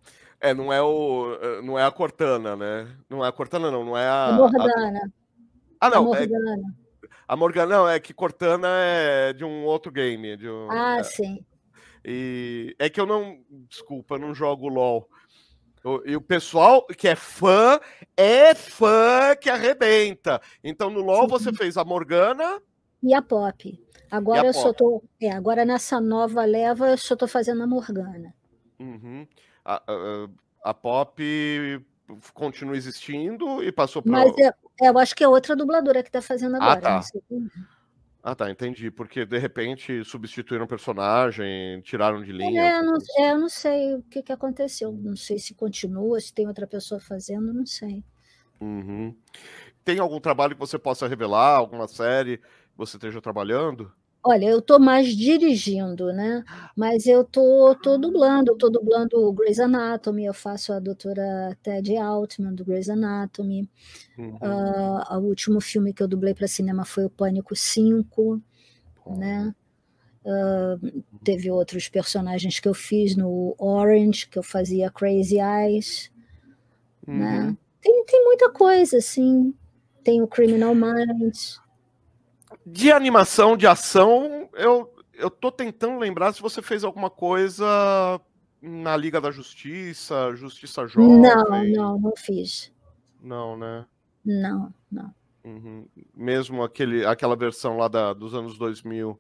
Não é a Cortana, né? Não é a Cortana, não, não é A a Morgana, Ah, a não, Morgana. a Morgana, não, é que Cortana é de um outro game, Ah, sim. e é que eu não, desculpa, eu não jogo LoL. E o pessoal que é fã que arrebenta. Então no LoL você Sim. fez a Morgana E a Pop. e a Agora eu só Pop. tô, agora nessa nova leva eu só tô fazendo a Morgana. Uhum. A, a, a Pop continua existindo e passou para. Mas eu acho que é outra dubladora que está fazendo Ah, agora, não tá. sei quem Ah, tá, entendi. Porque de repente substituíram o personagem, tiraram de linha, é. alguma coisa assim. Eu não sei o que que aconteceu, não sei se continua, se tem outra pessoa fazendo, não sei. Uhum. Tem algum trabalho que você possa revelar, alguma série que você esteja trabalhando? Olha, eu estou mais dirigindo, né, mas eu tô dublando o Grey's Anatomy, eu faço a doutora Teddy Altman do Grey's Anatomy. Uhum. O último filme que eu dublei para cinema foi o Pânico 5, Olha. né. Teve outros personagens que eu fiz no Orange, que eu fazia Crazy Eyes, né. Uhum. Tem muita coisa, assim. Tem o Criminal Minds. De animação, de ação, eu tô tentando lembrar se você fez alguma coisa na Liga da Justiça, Justiça Não, Jovem. não, não fiz. Não, né? Não, não. Uhum. Mesmo aquela versão lá dos anos 2000.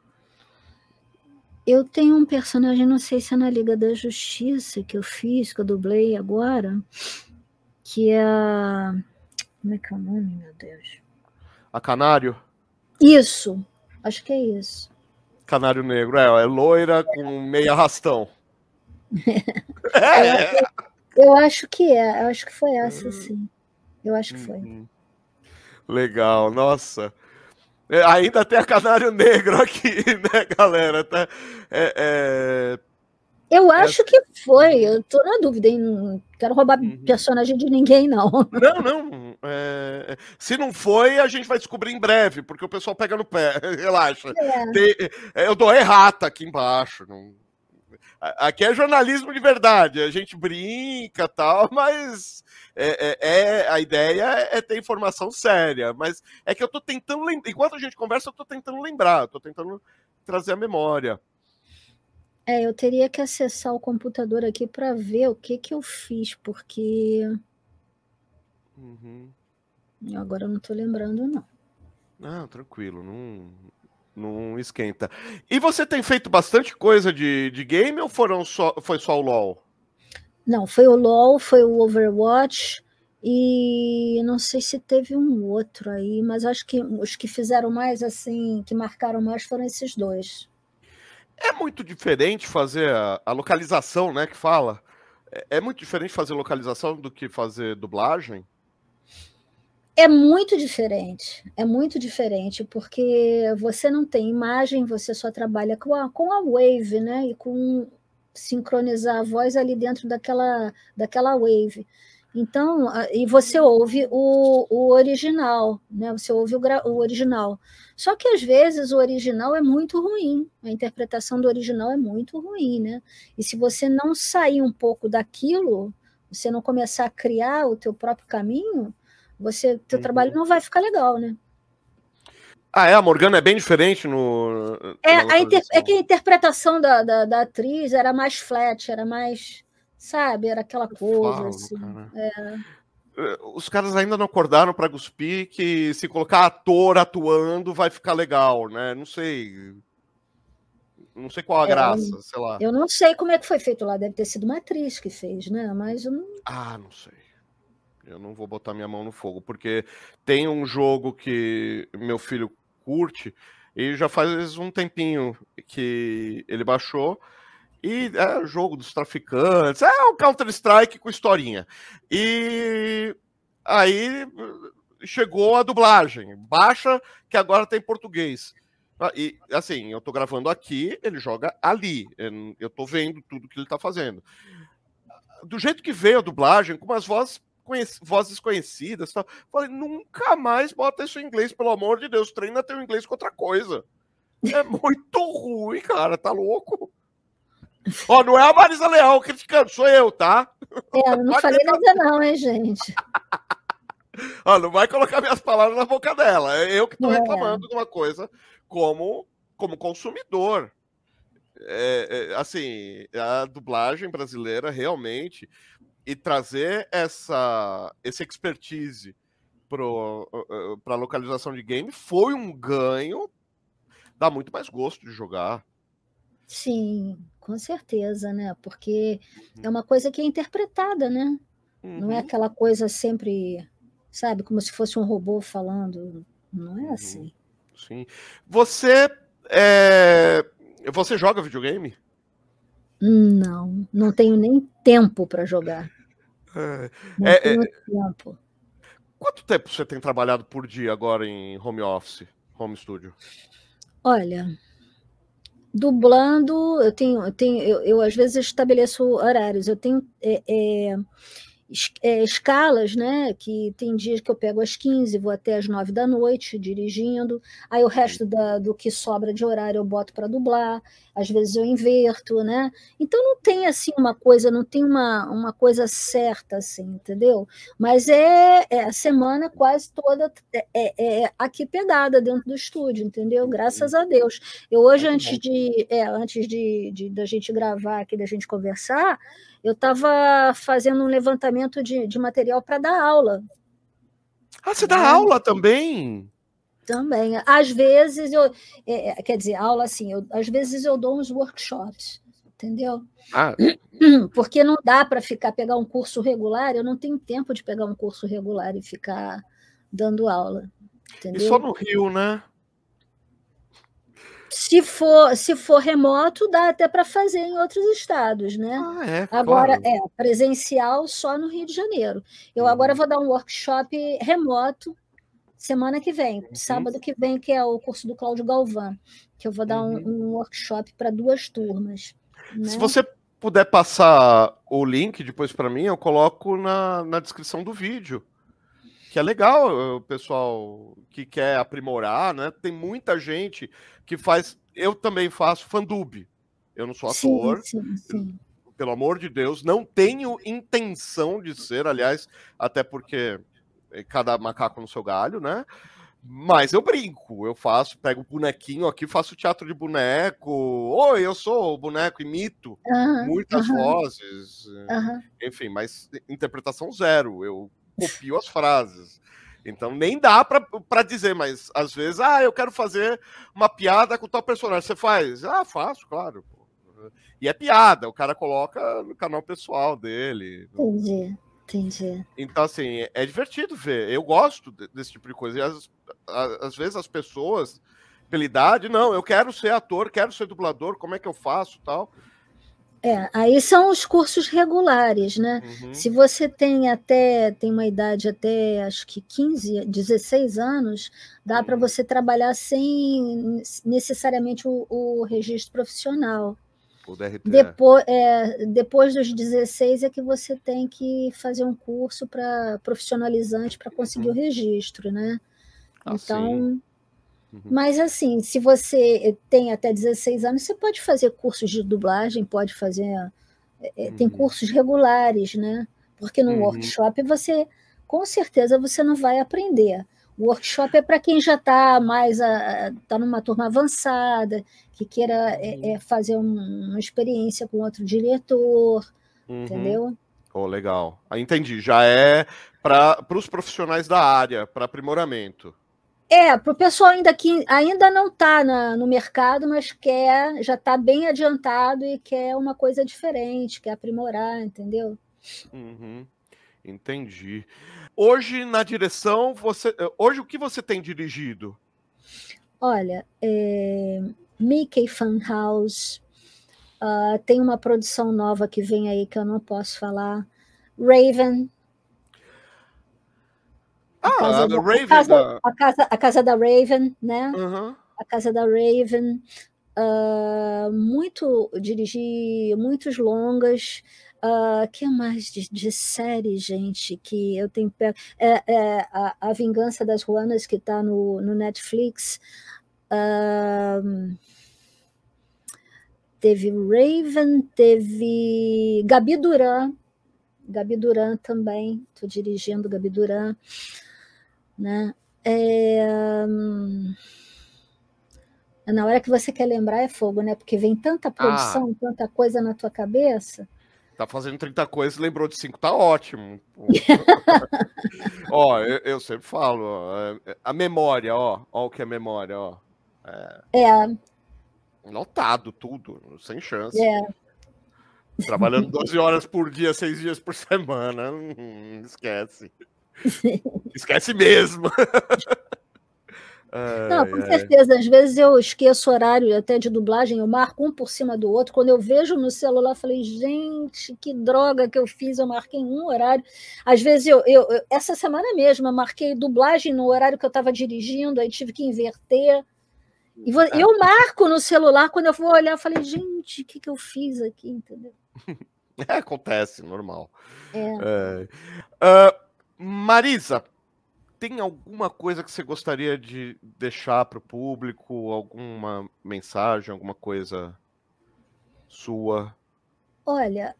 Eu tenho um personagem, não sei se é na Liga da Justiça que eu fiz, que eu dublei agora, que é a... Como é que é o nome, meu Deus? A Canário? Isso, acho que é isso. Canário Negro, é loira com meio arrastão. Eu, É. eu acho que eu acho que foi essa, sim. Eu acho que foi. Uhum. Legal, nossa. Ainda tem a Canário Negro aqui, né, galera? É, Eu é, acho que foi, eu tô na dúvida, hein? Não quero roubar uhum. personagem de ninguém, não. Não, não. Se não foi, a gente vai descobrir em breve, porque o pessoal pega no pé. Relaxa. É, Tem- eu dou errata aqui embaixo. Aqui é jornalismo de verdade. A gente brinca tal, mas a ideia é ter informação séria. Mas é que eu tô tentando lembrar. Enquanto a gente conversa, eu tô tentando lembrar, tô tentando trazer a memória. eu teria que acessar o computador aqui para ver o que que eu fiz, porque Uhum. agora eu não estou lembrando, não. Não, tranquilo, não esquenta. E você tem feito bastante coisa de game ou foi só o LoL? Não, foi o LoL, foi o Overwatch e não sei se teve um outro aí, mas acho que os que fizeram mais assim, que marcaram mais foram esses dois. É muito diferente fazer a localização, né, que fala. É muito diferente fazer localização do que fazer dublagem? É muito diferente, porque você não tem imagem, você só trabalha com a wave, né? E com sincronizar a voz ali dentro daquela wave. Então, e você ouve o original, né? Você ouve o original. Só que às vezes o original é muito ruim, a interpretação do original é muito ruim, né? E se você não sair um pouco daquilo, você não começar a criar o teu próprio caminho, teu trabalho Uhum. não vai ficar legal, né? Ah, é? A Morgana é bem diferente na É que localização. a interpretação da atriz era mais flat, era mais, sabe, era aquela Eu coisa falo, assim. cara. Os caras ainda não acordaram pra cuspir que se colocar ator atuando vai ficar legal, né? Não sei. Não sei qual a É, graça, sei lá. eu não sei como é que foi feito lá, deve ter sido uma atriz que fez, né? Mas eu não. Ah, não sei. Eu não vou botar minha mão no fogo, porque tem um jogo que meu filho curte e já faz um tempinho que ele baixou. E é o jogo dos traficantes, é o Counter-Strike com historinha. E aí chegou a dublagem, baixa que agora tem português. E assim, eu tô gravando aqui, ele joga ali. Eu tô vendo tudo que ele tá fazendo. Do jeito que veio a dublagem, com umas vozes conhecidas, tal, falei, nunca mais bota isso em inglês, pelo amor de Deus, treina teu inglês com outra coisa. É muito ruim, cara, tá louco? Ó, não é a Marisa Leal criticando, sou eu, tá? Eu não falei nada, não, hein, gente? Ó, não vai colocar minhas palavras na boca dela. É eu que tô É, reclamando de uma coisa como consumidor. Assim, a dublagem brasileira realmente e trazer esse expertise para localização de game foi um ganho, dá muito mais gosto de jogar. sim, com certeza, né? Porque é uma coisa que é interpretada, né? Não é Uhum, aquela coisa sempre, sabe, como se fosse um robô falando. Não é uhum, assim. sim. Você é, você joga videogame? Não, não tenho nem tempo para jogar. É, Não é, tenho é, tempo. quanto tempo você tem trabalhado por dia agora em home office, home studio? Olha, dublando, eu às vezes estabeleço horários. Eu tenho escalas, né? Que tem dias que eu pego às 15, vou até às 9 da noite dirigindo, aí o Uhum, resto do que sobra de horário eu boto para dublar, às vezes eu inverto, né? Então não tem assim uma coisa, não tem uma coisa certa, assim, entendeu? Mas é a semana quase toda aqui pegada dentro do estúdio, entendeu? Graças uhum. a Deus. Eu hoje, Ai, que bom. antes da gente gravar aqui, da gente conversar, eu estava fazendo um levantamento de material para dar aula, Ah, você dá né? aula também? Também. Às vezes quer dizer, aula assim, às vezes eu dou uns workshops, entendeu? Ah, Porque não dá para pegar um curso regular, eu não tenho tempo de pegar um curso regular e ficar dando aula, e só entendeu? no Rio, né? Se for remoto, dá até para fazer em outros estados, né? Ah, é, Agora, claro. presencial só no Rio de Janeiro. Eu agora Uhum, vou dar um workshop remoto semana que vem, uhum, sábado que vem, que é o curso do Cláudio Galvão, que eu vou dar um, uhum. um workshop para 2 turmas, Se né? você puder passar o link depois para mim, eu coloco na descrição do vídeo. Que é legal, o pessoal que quer aprimorar, né? Tem muita gente que faz. Eu também faço fandub. Eu não sou Sim, ator, sim, sim. pelo amor de Deus, não tenho intenção de ser, aliás, até porque cada macaco no seu galho, né? Mas eu brinco, eu faço, pego o bonequinho aqui, faço teatro de boneco. Oi, eu sou o boneco, imito Aham, muitas aham, vozes, aham. enfim, mas interpretação zero. Eu copio as frases. Então nem dá para dizer, mas às vezes, eu quero fazer uma piada com tal personagem. Você faz? Faço, claro. E é piada, o cara coloca no canal pessoal dele. Entendi. Então, assim, é divertido ver. Eu gosto desse tipo de coisa. E às vezes as pessoas, pela idade, não, eu quero ser ator, quero ser dublador, como é que eu faço tal. Aí são os cursos regulares, né? Uhum. Se você tem uma idade até, acho que 15, 16 anos, dá para você trabalhar sem necessariamente o registro profissional. O DRT. Depois dos 16 é que você tem que fazer um curso para profissionalizante para conseguir o registro, né? Então, mas assim, se você tem até 16 anos, você pode fazer cursos de dublagem, pode fazer. Tem cursos regulares, né? Porque no workshop você, com certeza, você não vai aprender. O workshop é para quem já está tá numa turma avançada, que queira fazer uma experiência com outro diretor, entendeu? Oh, legal. Entendi. Já é para os profissionais da área, para aprimoramento. Para o pessoal que ainda não está no mercado, mas já está bem adiantado e quer uma coisa diferente, quer aprimorar, entendeu? Entendi. Hoje, na direção, hoje o que você tem dirigido? Olha, Mickey Funhouse, tem uma produção nova que vem aí que eu não posso falar. Raven. A casa da Raven, né? A casa da Raven. Dirigi muitos longas. Que mais de série, gente, que eu tenho a Vingança das Ruanas, que está no Netflix. Teve Raven, teve Gabi Duran também, estou dirigindo Gabi Duran, né? Na hora que você quer lembrar é fogo, né? Porque vem tanta produção, tanta coisa na tua cabeça. Tá fazendo 30 coisas, lembrou de 5, tá ótimo. Eu sempre falo, a memória, o que é memória, Lotado tudo, sem chance. Trabalhando 12 horas por dia, 6 dias por semana, esquece. Esquece mesmo. Não, com certeza. Às vezes eu esqueço o horário até de dublagem, eu marco um por cima do outro. Quando eu vejo no celular, eu falei, gente, que droga que eu fiz, eu marquei um horário. Às vezes, essa semana mesmo, eu marquei dublagem no horário que eu estava dirigindo, aí tive que inverter. E eu marco no celular, quando eu vou olhar, eu falei, gente, o que eu fiz aqui, entendeu? Acontece, normal. Marisa, tem alguma coisa que você gostaria de deixar para o público? Alguma mensagem, alguma coisa sua? Olha,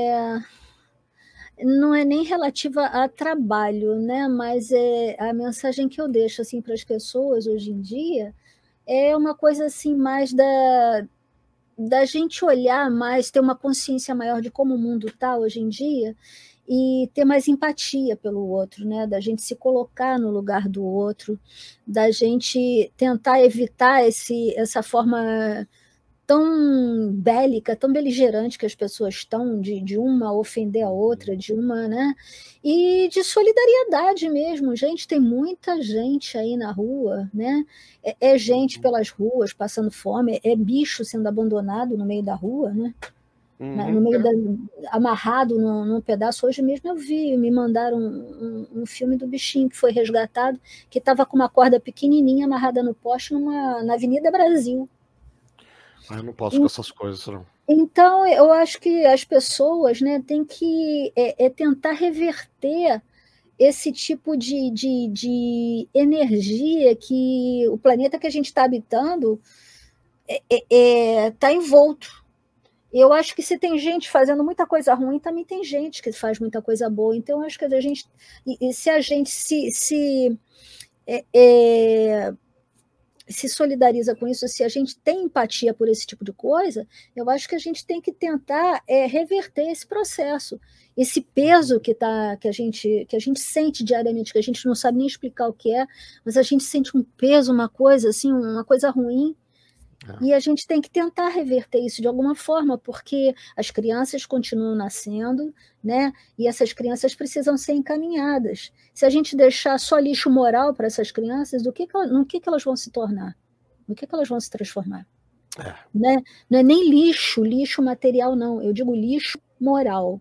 não é nem relativa a trabalho, né? Mas a mensagem que eu deixo assim, para as pessoas hoje em dia é uma coisa assim, mais da gente olhar mais, ter uma consciência maior de como o mundo está hoje em dia e ter mais empatia pelo outro, né? Da gente se colocar no lugar do outro, da gente tentar evitar essa forma tão bélica, tão beligerante que as pessoas estão, de uma ofender a outra, de uma, né? E de solidariedade mesmo, gente, tem muita gente aí na rua, né? É gente pelas ruas passando fome, é bicho sendo abandonado no meio da rua, né? No meio amarrado num pedaço. Hoje mesmo eu vi, me mandaram um filme do bichinho que foi resgatado, que estava com uma corda pequenininha amarrada no poste na Avenida Brasil. Eu não posso com essas coisas, não. Então, eu acho que as pessoas, né, têm que tentar reverter esse tipo de energia que o planeta que a gente está habitando está envolto. Eu acho que se tem gente fazendo muita coisa ruim, também tem gente que faz muita coisa boa. Então, eu acho que a gente, se a gente se solidariza com isso, se a gente tem empatia por esse tipo de coisa, eu acho que a gente tem que tentar reverter esse processo. Esse peso que a gente sente diariamente, que a gente não sabe nem explicar o que é, mas a gente sente um peso, uma coisa assim, uma coisa ruim, e a gente tem que tentar reverter isso de alguma forma, porque as crianças continuam nascendo, né? E essas crianças precisam ser encaminhadas. Se a gente deixar só lixo moral para essas crianças, no que elas vão se tornar? No que elas vão se transformar? Né? Não é nem lixo material, não. Eu digo lixo moral.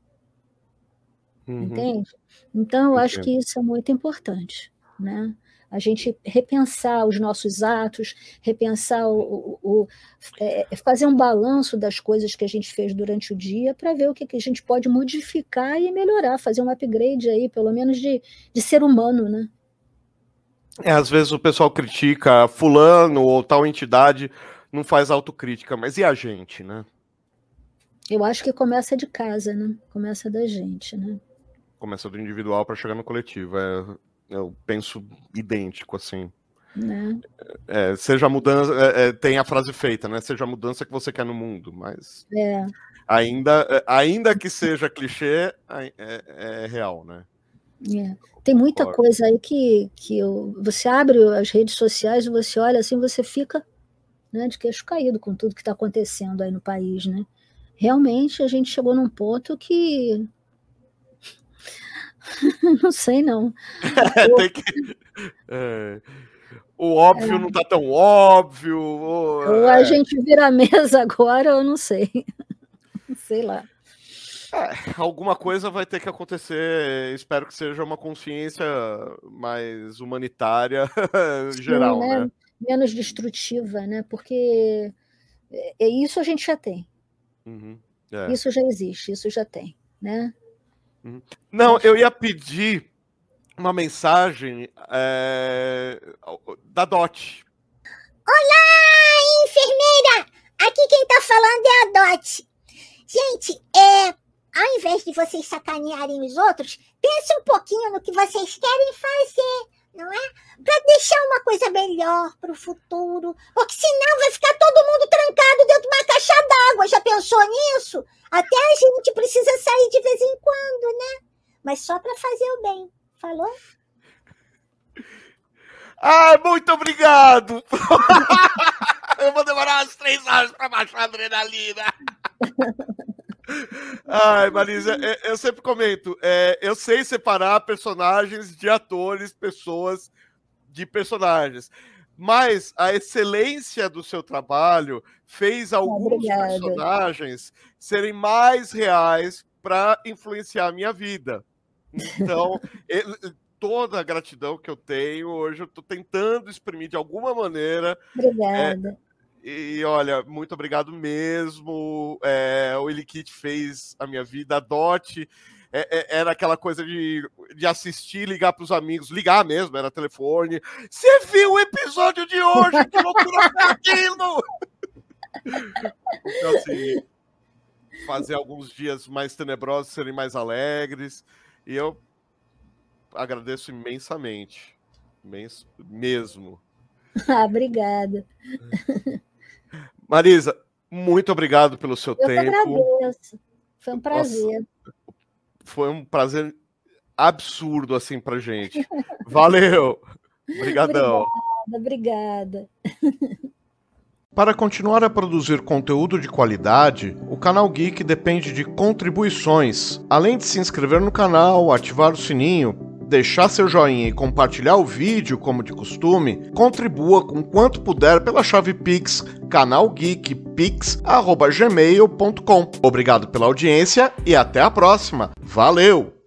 Entende? Então, eu acho que isso é muito importante, né? A gente repensar os nossos atos, repensar fazer um balanço das coisas que a gente fez durante o dia para ver o que a gente pode modificar e melhorar, fazer um upgrade aí, pelo menos de ser humano, né? Às vezes o pessoal critica fulano ou tal entidade, não faz autocrítica, mas e a gente, né? Eu acho que começa de casa, né? Começa da gente, né? Começa do individual para chegar no coletivo. Eu penso idêntico, assim. Né? Seja a mudança... tem a frase feita, né? Seja a mudança que você quer no mundo, mas... Ainda que seja clichê, é real, né? Tem muita coisa aí que você abre as redes sociais, você olha assim, você fica, né, de queixo caído com tudo que está acontecendo aí no país, né? Realmente a gente chegou num ponto que... não sei, não. O óbvio não está tão óbvio. Ou a gente vira a mesa agora, eu não sei. Sei lá. Alguma coisa vai ter que acontecer. Espero que seja uma consciência mais humanitária geral, né? Menos destrutiva, né? Porque isso a gente já tem. Isso já existe, isso já tem, né? Não, eu ia pedir uma mensagem da Dot. Olá, enfermeira! Aqui quem tá falando é a Dot. Gente, ao invés de vocês sacanearem os outros, pense um pouquinho no que vocês querem fazer, não é? Para deixar uma coisa melhor para o futuro, porque senão vai ficar todo mundo trancado dentro de uma caixa d'água. Já pensou nisso? Até a gente precisa sair de vez em quando, né? Mas só para fazer o bem. Falou? Muito obrigado! Eu vou demorar umas 3 horas para baixar a adrenalina. Marisa, eu sempre comento, eu sei separar personagens de atores, pessoas de personagens, mas a excelência do seu trabalho fez alguns personagens serem mais reais para influenciar a minha vida. Então, toda a gratidão que eu tenho, hoje eu estou tentando exprimir de alguma maneira. Obrigada. E olha, muito obrigado mesmo. O Elikit fez a minha vida. A Dot era aquela coisa de assistir, ligar para os amigos, ligar mesmo, era telefone. Você viu o episódio de hoje? Que loucura foi aquilo! Então, assim, fazer alguns dias mais tenebrosos serem mais alegres. E eu agradeço imensamente. Mesmo. Obrigada. Marisa, muito obrigado pelo seu tempo. Eu que agradeço. Foi um prazer. Nossa, foi um prazer absurdo, assim, pra gente. Valeu! Obrigadão. Obrigada. Para continuar a produzir conteúdo de qualidade, o Canal Geek depende de contribuições. Além de se inscrever no canal, ativar o sininho, deixar seu joinha e compartilhar o vídeo como de costume, contribua com quanto puder pela chave Pix, canalgeekpix@gmail.com. Obrigado pela audiência e até a próxima. Valeu!